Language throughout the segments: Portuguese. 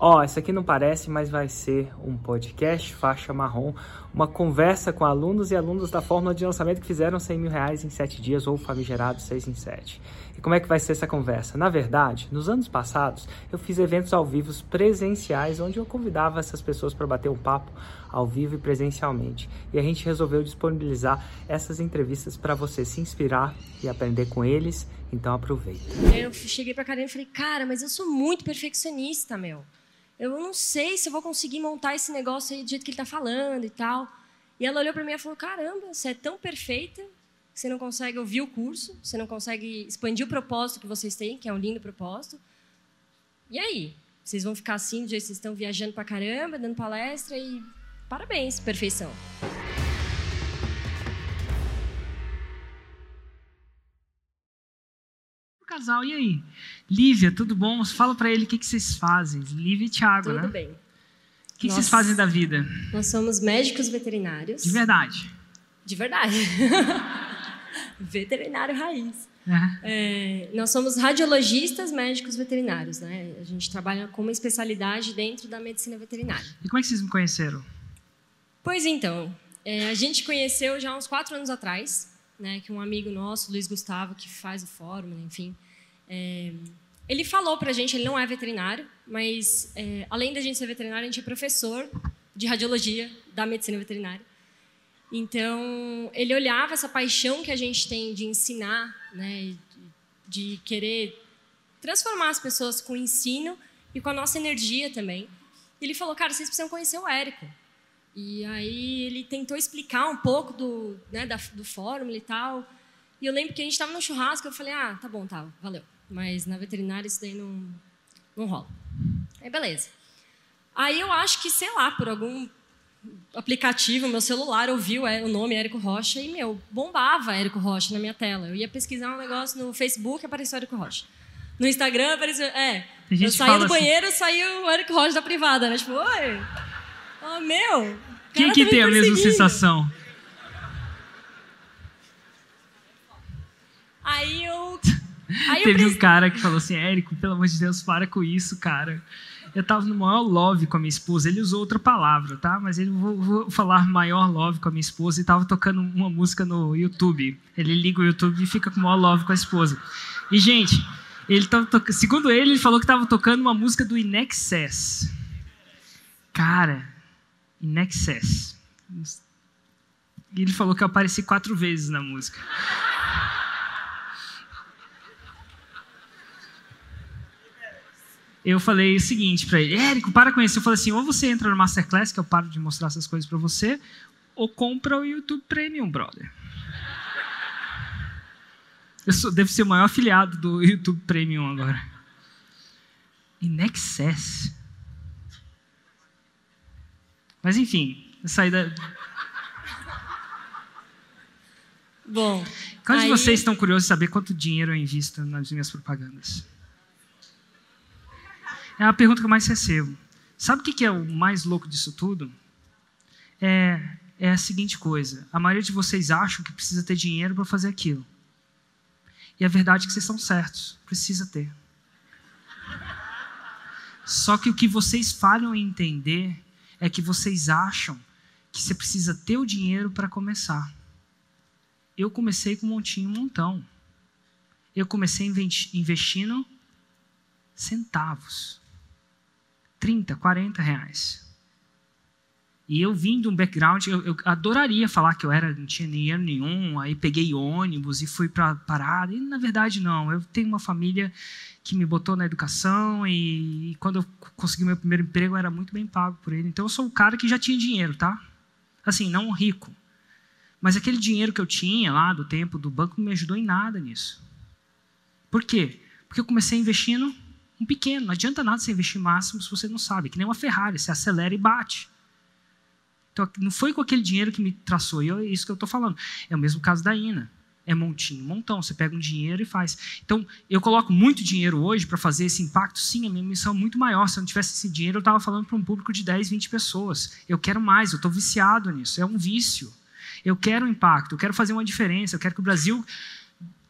Isso aqui não parece, mas vai ser um podcast faixa marrom, uma conversa com alunos e alunos da fórmula de lançamento que fizeram R$100 mil em 7 dias ou famigerado 6 em 7. E como é que vai ser essa conversa? Na verdade, nos anos passados, eu fiz eventos ao vivo presenciais, onde eu convidava essas pessoas para bater um papo ao vivo e presencialmente. E a gente resolveu disponibilizar essas entrevistas para você se inspirar e aprender com eles, então aproveita. Eu cheguei para a Karina e falei, cara, mas eu sou muito perfeccionista, meu. Eu não sei se eu vou conseguir montar esse negócio aí do jeito que ele está falando e tal. E ela olhou para mim e falou, caramba, você é tão perfeita que você não consegue ouvir o curso, você não consegue expandir o propósito que vocês têm, que é um lindo propósito. E aí? Vocês vão ficar assim, do jeito que vocês estão viajando para caramba, dando palestra e... Parabéns, perfeição. Casal, e aí? Lívia, tudo bom? Fala pra ele o que vocês fazem. Lívia e Thiago, né? Tudo bem. O que vocês fazem da vida? Nós somos médicos veterinários. De verdade? De verdade. Veterinário raiz. Nós somos radiologistas médicos veterinários, né? A gente trabalha com uma especialidade dentro da medicina veterinária. E como é que vocês me conheceram? Pois então, a gente conheceu já uns 4 anos atrás, né, que um amigo nosso, Luiz Gustavo, que faz o fórum, enfim, ele falou pra gente, ele não é veterinário, mas além da gente ser veterinário, a gente é professor de radiologia da medicina veterinária. Então, ele olhava essa paixão que a gente tem de ensinar, né, de querer transformar as pessoas com o ensino e com a nossa energia também. E ele falou, cara, vocês precisam conhecer o Érico. E aí ele tentou explicar um pouco do fórmula e tal. E eu lembro que a gente estava no churrasco, eu falei, tá bom, tá, valeu. Mas na veterinária isso daí não rola. Aí, beleza. Aí eu acho que, sei lá, por algum aplicativo, meu celular ouviu o nome Érico Rocha e, bombava Érico Rocha na minha tela. Eu ia pesquisar um negócio no Facebook, apareceu Érico Rocha. No Instagram, apareceu... Eu saí do banheiro, saiu o Érico Rocha da privada, né? Tipo, oi... Quem que tem a mesma sensação? Teve um cara que falou assim, Érico, pelo amor de Deus, para com isso, cara. Eu tava no maior love com a minha esposa. Ele usou outra palavra, tá? Mas ele vou falar maior love com a minha esposa e tava tocando uma música no YouTube. Ele liga o YouTube e fica com maior love com a esposa. E, gente, ele tava segundo ele falou que tava tocando uma música do In Excess. Cara... In Excess. E ele falou que eu apareci 4 vezes na música. Eu falei o seguinte pra ele, Érico, para com isso. Eu falei assim, ou você entra no Masterclass, que eu paro de mostrar essas coisas pra você, ou compra o YouTube Premium, brother. Devo ser o maior afiliado do YouTube Premium agora. In Excess. Mas, enfim, saída... Bom, quantos de vocês estão curiosos de saber quanto dinheiro eu invisto nas minhas propagandas? É a pergunta que eu mais recebo. Sabe o que é o mais louco disso tudo? É a seguinte coisa. A maioria de vocês acham que precisa ter dinheiro para fazer aquilo. E a verdade é que vocês estão certos. Precisa ter. Só que o que vocês falham em entender... é que vocês acham que você precisa ter o dinheiro para começar. Eu comecei com um montão. Eu comecei investindo centavos. 30, 40 reais. E eu vim de um background, eu adoraria falar que não tinha dinheiro nenhum, aí peguei ônibus e fui para parada. E na verdade não, eu tenho uma família que me botou na educação e quando eu consegui meu primeiro emprego eu era muito bem pago por ele. Então eu sou um cara que já tinha dinheiro, tá? Assim, não rico. Mas aquele dinheiro que eu tinha lá do tempo do banco não me ajudou em nada nisso. Por quê? Porque eu comecei investindo um pequeno. Não adianta nada você investir máximo se você não sabe. Que nem uma Ferrari, você acelera e bate. Então, não foi com aquele dinheiro que me traçou. E é isso que eu estou falando. É o mesmo caso da Ina. É montão. Você pega um dinheiro e faz. Então, eu coloco muito dinheiro hoje para fazer esse impacto. Sim, a minha missão é muito maior. Se eu não tivesse esse dinheiro, eu estava falando para um público de 10, 20 pessoas. Eu quero mais, eu estou viciado nisso. É um vício. Eu quero um impacto, eu quero fazer uma diferença. Eu quero que o Brasil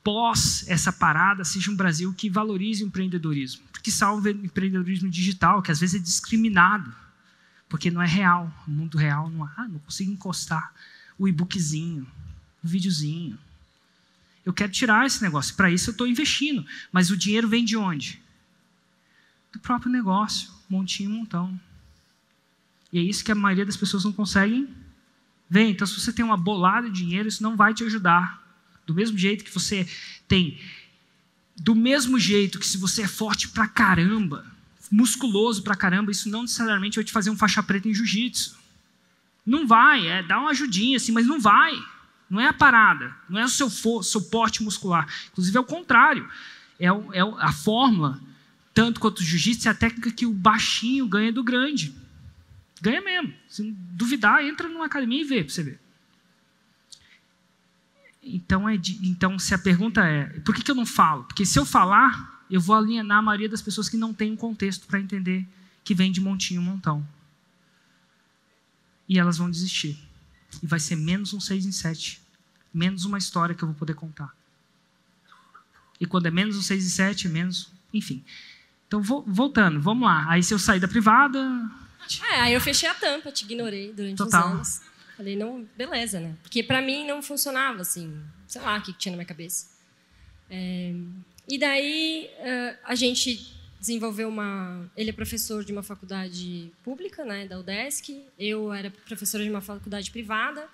pós essa parada, seja um Brasil que valorize o empreendedorismo. Porque salve o empreendedorismo digital, que às vezes é discriminado, porque não é real. O mundo real não consigo encostar o e-bookzinho, o videozinho. Eu quero tirar esse negócio. Para isso eu estou investindo. Mas o dinheiro vem de onde? Do próprio negócio. Montinho, montão. E é isso que a maioria das pessoas não conseguem ver. Então, se você tem uma bolada de dinheiro, isso não vai te ajudar. Do mesmo jeito que você tem... Do mesmo jeito que se você é forte pra caramba, musculoso pra caramba, isso não necessariamente vai te fazer um faixa preta em jiu-jitsu. Não vai. Dá uma ajudinha assim, mas não vai. Não é a parada, não é o seu porte muscular. Inclusive é o contrário. A fórmula, tanto quanto o jiu-jitsu, é a técnica que o baixinho ganha do grande. Ganha mesmo. Se duvidar, entra numa academia e vê para você ver. Então, se a pergunta é, por que eu não falo? Porque se eu falar, eu vou alienar a maioria das pessoas que não têm um contexto para entender que vem de montinho, montão. E elas vão desistir. E vai ser menos um 6 em 7. Menos uma história que eu vou poder contar. E quando é menos um 6 em 7, é menos... Enfim. Então, voltando, vamos lá. Aí se eu sair da privada... Aí eu fechei a tampa, te ignorei durante uns anos. Falei, não, beleza, né? Porque para mim não funcionava, assim. Sei lá o que tinha na minha cabeça. E daí a gente desenvolveu Ele é professor de uma faculdade pública, né, da UDESC. Eu era professora de uma faculdade privada.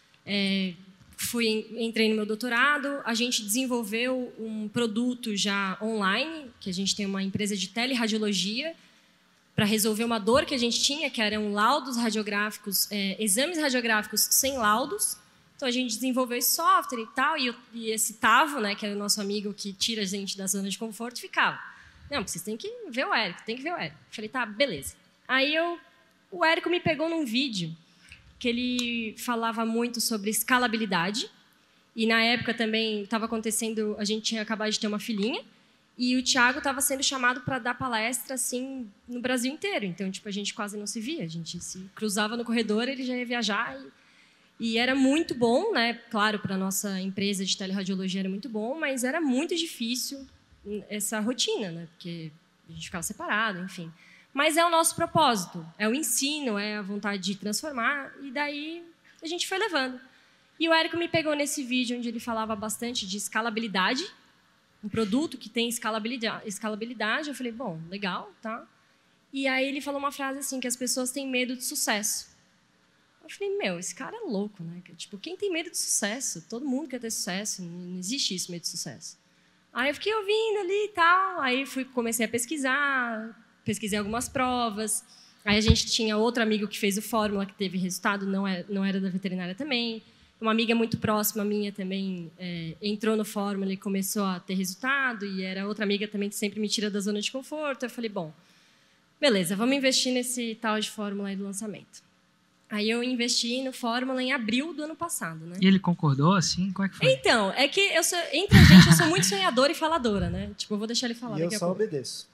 Entrei no meu doutorado. A gente desenvolveu um produto já online, que a gente tem uma empresa de teleradiologia, para resolver uma dor que a gente tinha, que eram laudos radiográficos, exames radiográficos sem laudos. Então, a gente desenvolveu esse software e tal, e esse Tavo, né, que era o nosso amigo que tira a gente da zona de conforto, ficava. Não, vocês têm que ver o Érico, tem que ver o Érico. Falei, tá, beleza. Aí o Érico me pegou num vídeo que ele falava muito sobre escalabilidade, e na época também estava acontecendo, a gente tinha acabado de ter uma filhinha, e o Thiago estava sendo chamado para dar palestra assim no Brasil inteiro. Então, tipo, a gente quase não se via. A gente se cruzava no corredor, ele já ia viajar. E era muito bom, né? Claro, para a nossa empresa de teleradiologia era muito bom, mas era muito difícil essa rotina, né? Porque a gente ficava separado, enfim. Mas é o nosso propósito, é o ensino, é a vontade de transformar. E daí a gente foi levando. E o Érico me pegou nesse vídeo onde ele falava bastante de escalabilidade, um produto que tem escalabilidade. Eu falei, bom, legal, tá? E aí ele falou uma frase assim, que as pessoas têm medo de sucesso. Eu falei, esse cara é louco, né? Tipo, quem tem medo de sucesso? Todo mundo quer ter sucesso, não existe isso, medo de sucesso. Aí eu fiquei ouvindo ali e tal, aí comecei a pesquisei algumas provas. Aí a gente tinha outro amigo que fez o Fórmula, que teve resultado, não era da veterinária também. Uma amiga muito próxima minha também entrou no Fórmula e começou a ter resultado, e era outra amiga também que sempre me tira da zona de conforto. Eu falei, bom, beleza, vamos investir nesse tal de Fórmula aí do lançamento. Aí eu investi no Fórmula em abril do ano passado, né? E ele concordou, assim? Como é que foi? Então, é que entre a gente, eu sou muito sonhadora e faladora, né? Tipo, eu vou deixar ele falar daqui a pouco. E eu só obedeço.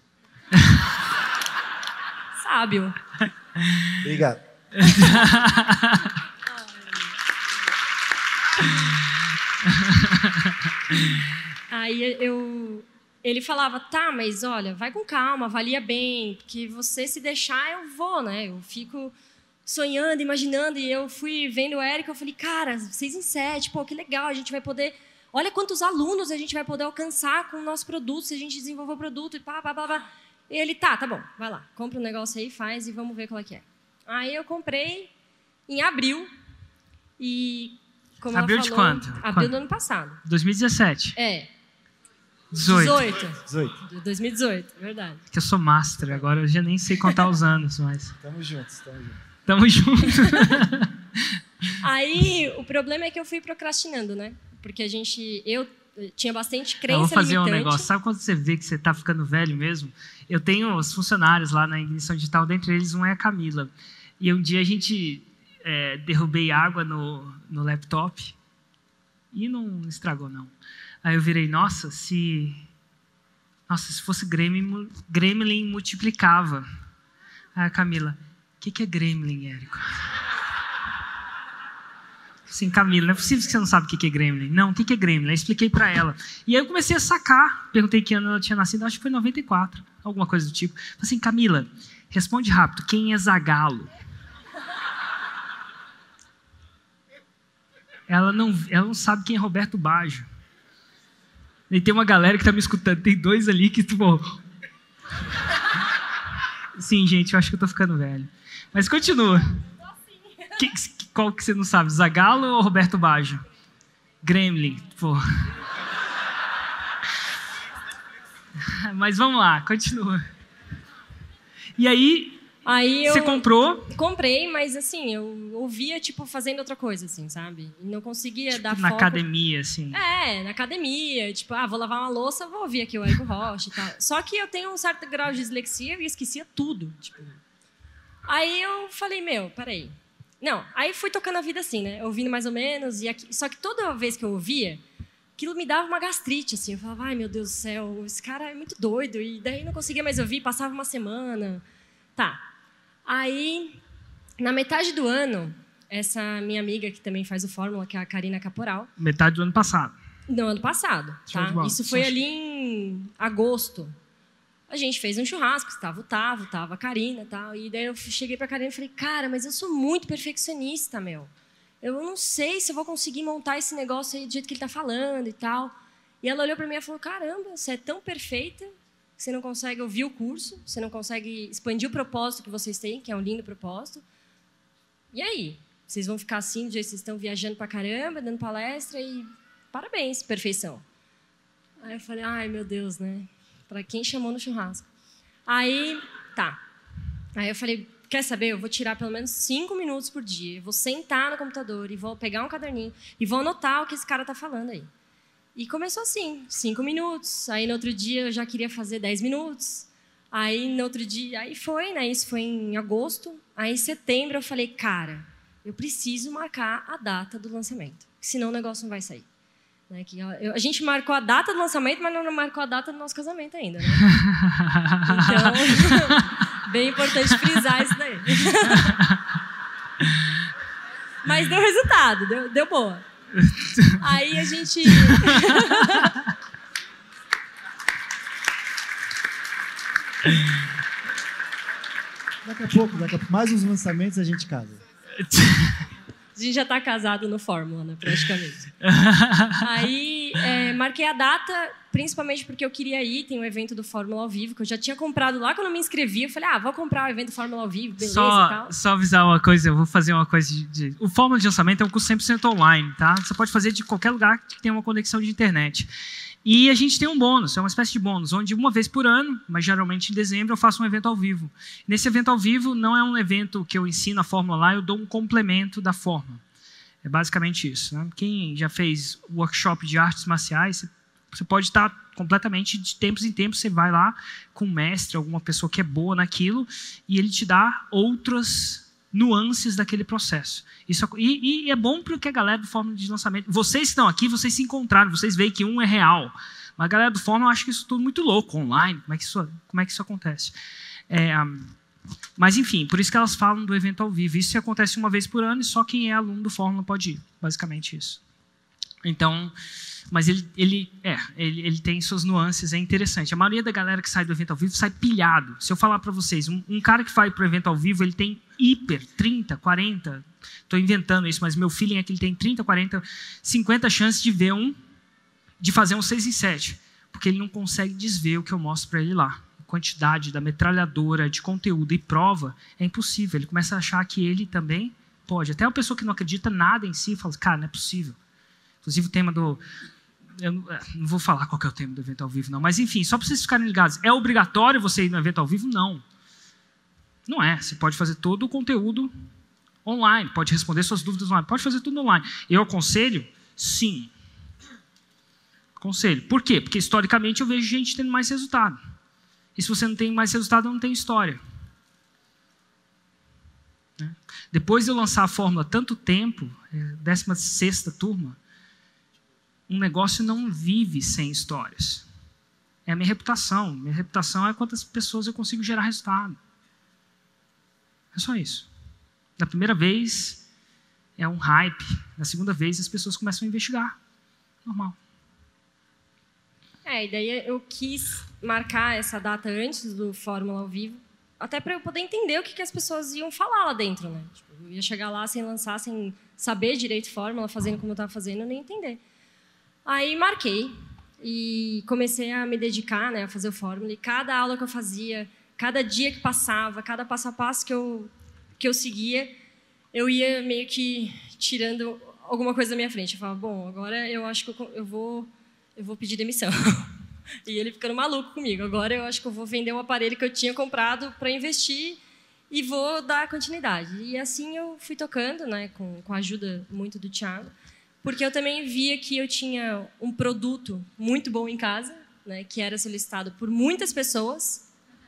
Sábio. Obrigado. Aí ele falava, tá, mas olha, vai com calma, avalia bem, porque você se deixar, eu vou, né? Eu fico sonhando, imaginando, e eu fui vendo o Érico, eu falei, cara, 6 em 7, pô, que legal, a gente vai poder... Olha quantos alunos a gente vai poder alcançar com o nosso produto, se a gente desenvolver o produto, e pá. E ele, tá bom, vai lá, compra um negócio aí, faz, e vamos ver qual é que é. Aí eu comprei em abril, e... Como abril ela falou, de quanto? Abril do ano passado. 2017? 18. 2018, verdade. Que eu sou master, agora eu já nem sei contar os anos, mas... Tamo juntos. Tamo junto. Aí, o problema é que eu fui procrastinando, né? Porque eu tinha bastante crença limitante. Eu vou fazer um negócio. Sabe quando você vê que você tá ficando velho mesmo? Eu tenho os funcionários lá na Ignição Digital, dentre eles um é a Camila. E um dia a gente... derrubei água no laptop e não estragou, não. Aí eu virei, nossa, se fosse Gremlin multiplicava. Aí a Camila, o que é Gremlin, Érico? Assim, Camila, não é possível que você não sabe o que é Gremlin. Não, o que é Gremlin? Eu expliquei para ela. E aí eu comecei a sacar. Perguntei que ano ela tinha nascido. Acho que foi em 94. Alguma coisa do tipo. Falei assim, Camila, responde rápido. Quem é Zagallo? Ela não sabe quem é Roberto Baggio. E tem uma galera que está me escutando. Tem dois ali que... Sim, gente, eu acho que eu estou ficando velho. Mas continua. Qual que você não sabe? Zagallo ou Roberto Baggio? Gremlin, pô. Mas vamos lá, continua. E aí você comprou? Comprei, mas assim, eu ouvia, tipo, fazendo outra coisa, assim, sabe? E não conseguia dar foco. Na academia, assim. Na academia. Tipo, vou lavar uma louça, vou ouvir aqui o Érico Rocha e tal. Só que eu tenho um certo grau de dislexia e esquecia tudo, tipo. Aí eu falei, peraí. Não, aí fui tocando a vida assim, né? Ouvindo mais ou menos. Só que toda vez que eu ouvia, aquilo me dava uma gastrite, assim. Eu falava, ai, meu Deus do céu, esse cara é muito doido. E daí não conseguia mais ouvir, passava uma semana. Tá. Aí, na metade do ano, essa minha amiga que também faz o Fórmula, que é a Karina Caporal. Metade do ano passado. No ano passado, tá? Isso foi ali em agosto. A gente fez um churrasco, estava o Tavo, estava a Karina e tal. E daí eu cheguei para a Karina e falei, cara, mas eu sou muito perfeccionista, meu. Eu não sei se eu vou conseguir montar esse negócio aí do jeito que ele está falando e tal. E ela olhou para mim e falou, caramba, você é tão perfeita que você não consegue ouvir o curso, você não consegue expandir o propósito que vocês têm, que é um lindo propósito. E aí? Vocês vão ficar assim, do jeito que vocês estão viajando para caramba, dando palestra e parabéns, perfeição. Aí eu falei, ai, meu Deus, né? Para quem chamou no churrasco. Aí, tá. Aí eu falei, quer saber? Eu vou tirar pelo menos 5 minutos por dia. Eu vou sentar no computador e vou pegar um caderninho e vou anotar o que esse cara tá falando aí. E começou assim, 5 minutos. Aí no outro dia eu já queria fazer 10 minutos. Aí no outro dia, aí foi, né? Isso foi em agosto. Aí em setembro eu falei, cara, eu preciso marcar a data do lançamento, senão o negócio não vai sair. A gente marcou a data do lançamento, mas não marcou a data do nosso casamento ainda, né? Então, bem importante frisar isso daí. Mas deu resultado, deu boa. Aí a gente... Daqui a pouco, mais uns lançamentos a gente casa. A gente já está casado no Fórmula, né, praticamente. Aí, marquei a data, principalmente porque eu queria ir. Tem um evento do Fórmula ao vivo, que eu já tinha comprado lá quando eu me inscrevi. Eu falei, vou comprar o evento do Fórmula ao vivo, beleza e tal. Só avisar uma coisa, eu vou fazer uma coisa O Fórmula de lançamento é um curso 100% online, tá? Você pode fazer de qualquer lugar que tenha uma conexão de internet. E a gente tem um bônus, é uma espécie de bônus, onde uma vez por ano, mas geralmente em dezembro, eu faço um evento ao vivo. Nesse evento ao vivo, não é um evento que eu ensino a fórmula lá, eu dou um complemento da fórmula. É basicamente isso, né? Quem já fez workshop de artes marciais, você pode estar completamente, de tempos em tempos, você vai lá com um mestre, alguma pessoa que é boa naquilo, e ele te dá outras nuances daquele processo. E é bom porque a galera do Fórmula de lançamento... Vocês que estão aqui, vocês se encontraram, vocês veem que um é real. Mas a galera do Fórmula acha que isso tudo muito louco, online. Como é que isso acontece? Mas, enfim, por isso que elas falam do evento ao vivo. Isso acontece uma vez por ano e só quem é aluno do Fórmula pode ir. Basicamente isso. Então... Mas ele tem suas nuances, é interessante. A maioria da galera que sai do evento ao vivo sai pilhado. Se eu falar para vocês, um cara que vai para o evento ao vivo, ele tem 30, 40, estou inventando isso, mas meu feeling é que ele tem 30, 40, 50 chances de fazer um 6 em 7, porque ele não consegue desver o que eu mostro para ele lá. A quantidade da metralhadora de conteúdo e prova é impossível. Ele começa a achar que ele também pode. Até uma pessoa que não acredita nada em si fala, cara, não é possível. Inclusive o tema do... Eu não vou falar qual que é o tema do evento ao vivo, não. Mas, enfim, só para vocês ficarem ligados. É obrigatório você ir no evento ao vivo? Não. Não é. Você pode fazer todo o conteúdo online. Pode responder suas dúvidas online. Pode fazer tudo online. Eu aconselho? Sim. Aconselho. Por quê? Porque, historicamente, eu vejo gente tendo mais resultado. E se você não tem mais resultado, não tem história. Depois de eu lançar a fórmula há tanto tempo, 16ª turma, um negócio não vive sem histórias. É a minha reputação. Minha reputação é quantas pessoas eu consigo gerar resultado. É só isso. Da primeira vez, é um hype. Na segunda vez, as pessoas começam a investigar. Normal. E daí eu quis marcar essa data antes do Fórmula ao vivo, até para eu poder entender o que as pessoas iam falar lá dentro, né? Tipo, eu ia chegar lá sem lançar, sem saber direito Fórmula, fazendo como eu estava fazendo, nem entender. Aí marquei e comecei a me dedicar, né, a fazer o Fórmula. E cada aula que eu fazia, cada dia que passava, cada passo a passo que eu seguia, eu ia meio que tirando alguma coisa da minha frente. Eu falava, bom, agora eu acho que eu vou pedir demissão. E ele ficando maluco comigo. Agora eu acho que eu vou vender um aparelho que eu tinha comprado para investir e vou dar continuidade. E assim eu fui tocando, né, com a ajuda muito do Thiago, porque eu também via que eu tinha um produto muito bom em casa, né, que era solicitado por muitas pessoas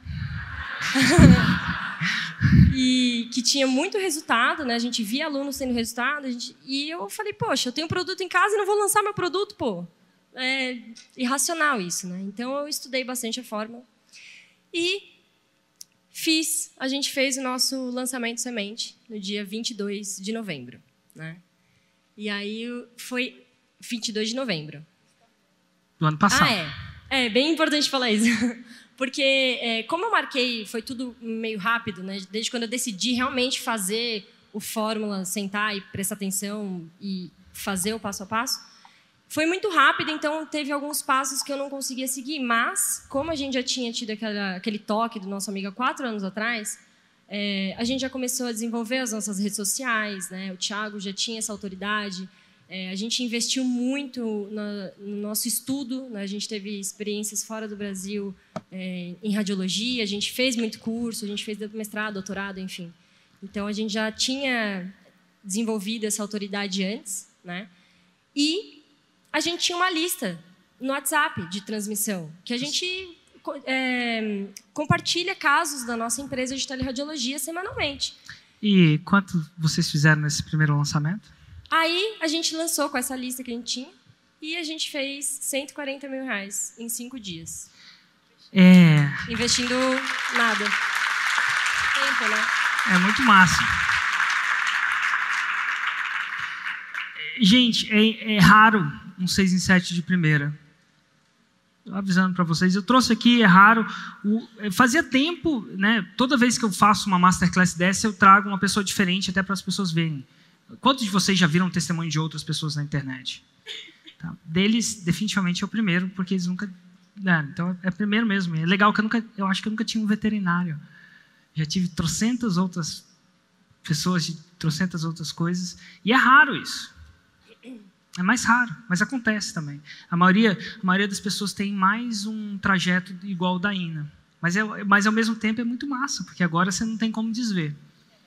e que tinha muito resultado, né? A gente via alunos tendo resultado, e eu falei, poxa, eu tenho um produto em casa e não vou lançar meu produto, pô. É irracional isso, né? Então eu estudei bastante a fórmula e a gente fez o nosso lançamento semente no dia 22 de novembro, né? E aí foi 22 de novembro do ano passado. É bem importante falar isso. Porque como eu marquei, foi tudo meio rápido, né? Desde quando eu decidi realmente fazer o fórmula, sentar e prestar atenção e fazer o passo a passo, foi muito rápido, então teve alguns passos que eu não conseguia seguir, mas como a gente já tinha tido aquele toque do nosso amigo há 4 anos atrás, a gente já começou a desenvolver as nossas redes sociais, né? O Thiago já tinha essa autoridade, a gente investiu muito no nosso estudo, né? A gente teve experiências fora do Brasil em radiologia, a gente fez muito curso, a gente fez mestrado, doutorado, enfim. Então a gente já tinha desenvolvido essa autoridade antes, né? E a gente tinha uma lista no WhatsApp de transmissão, que a gente compartilha casos da nossa empresa de teleradiologia semanalmente. E quanto vocês fizeram nesse primeiro lançamento? Aí a gente lançou com essa lista que a gente tinha e a gente fez R$140 mil em 5 dias. Investindo nada. Tempo, né? É muito massa. Gente, é raro um 6 em 7 de primeira. Estou avisando para vocês. Eu trouxe aqui, é raro. Fazia tempo, né? Toda vez que eu faço uma masterclass dessa, eu trago uma pessoa diferente até para as pessoas verem. Quantos de vocês já viram testemunho de outras pessoas na internet? Tá. Deles, definitivamente, é o primeiro, porque eles nunca... então, é primeiro mesmo. É legal que eu acho que eu nunca tinha um veterinário. Já tive trocentas outras pessoas de trocentas outras coisas. E é raro isso. É mais raro, mas acontece também. A maioria das pessoas tem mais um trajeto igual o da Ina. Mas ao mesmo tempo é muito massa, porque agora você não tem como desver.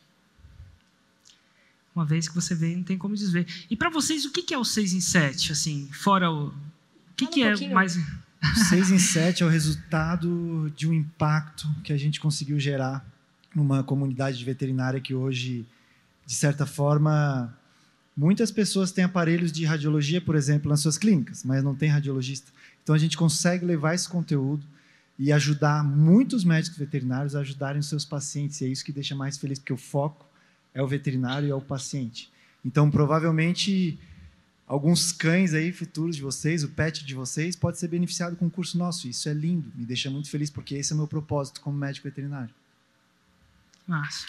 Uma vez que você vê, não tem como desver. E para vocês, o que é o 6 em 7? Assim, fora o... O que é mais... O 6 em 7 é o resultado de um impacto que a gente conseguiu gerar numa comunidade de veterinária que hoje, de certa forma... Muitas pessoas têm aparelhos de radiologia, por exemplo, nas suas clínicas, mas não tem radiologista. Então, a gente consegue levar esse conteúdo e ajudar muitos médicos veterinários a ajudarem os seus pacientes. E é isso que deixa mais feliz, porque o foco é o veterinário e é o paciente. Então, provavelmente, alguns cães aí futuros de vocês, o pet de vocês, pode ser beneficiado com um curso nosso. Isso é lindo, me deixa muito feliz, porque esse é o meu propósito como médico veterinário. Massa.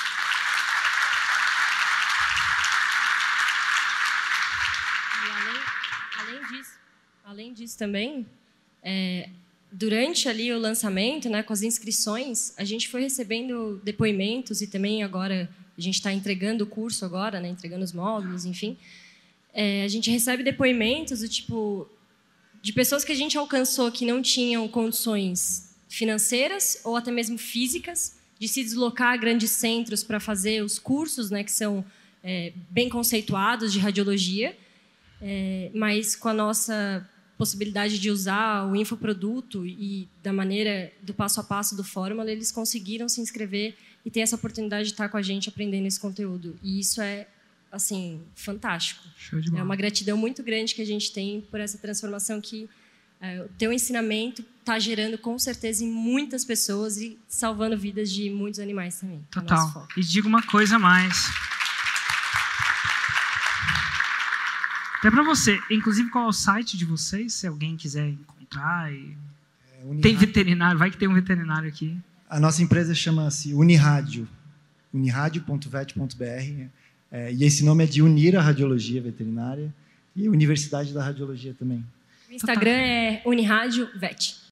Além disso também, durante ali o lançamento, né, com as inscrições, a gente foi recebendo depoimentos e também agora a gente está entregando o curso agora, né, entregando os módulos, enfim. A gente recebe depoimentos do tipo de pessoas que a gente alcançou que não tinham condições financeiras ou até mesmo físicas de se deslocar a grandes centros para fazer os cursos, né, que são bem conceituados de radiologia, mas com a nossa possibilidade de usar o infoproduto e da maneira do passo a passo do Fórmula, eles conseguiram se inscrever e ter essa oportunidade de estar com a gente aprendendo esse conteúdo. E isso é, assim, fantástico. Show de bola. É uma gratidão muito grande que a gente tem por essa transformação que o teu ensinamento está gerando, com certeza, em muitas pessoas e salvando vidas de muitos animais também. Total. E digo uma coisa a mais. Até para você. Inclusive, qual é o site de vocês, se alguém quiser encontrar? Tem veterinário, vai que tem um veterinário aqui. A nossa empresa chama-se Unirádio, unirádio.vet.br. E esse nome é de unir a radiologia veterinária e a Universidade da Radiologia também. O Instagram é Unirádio Vet.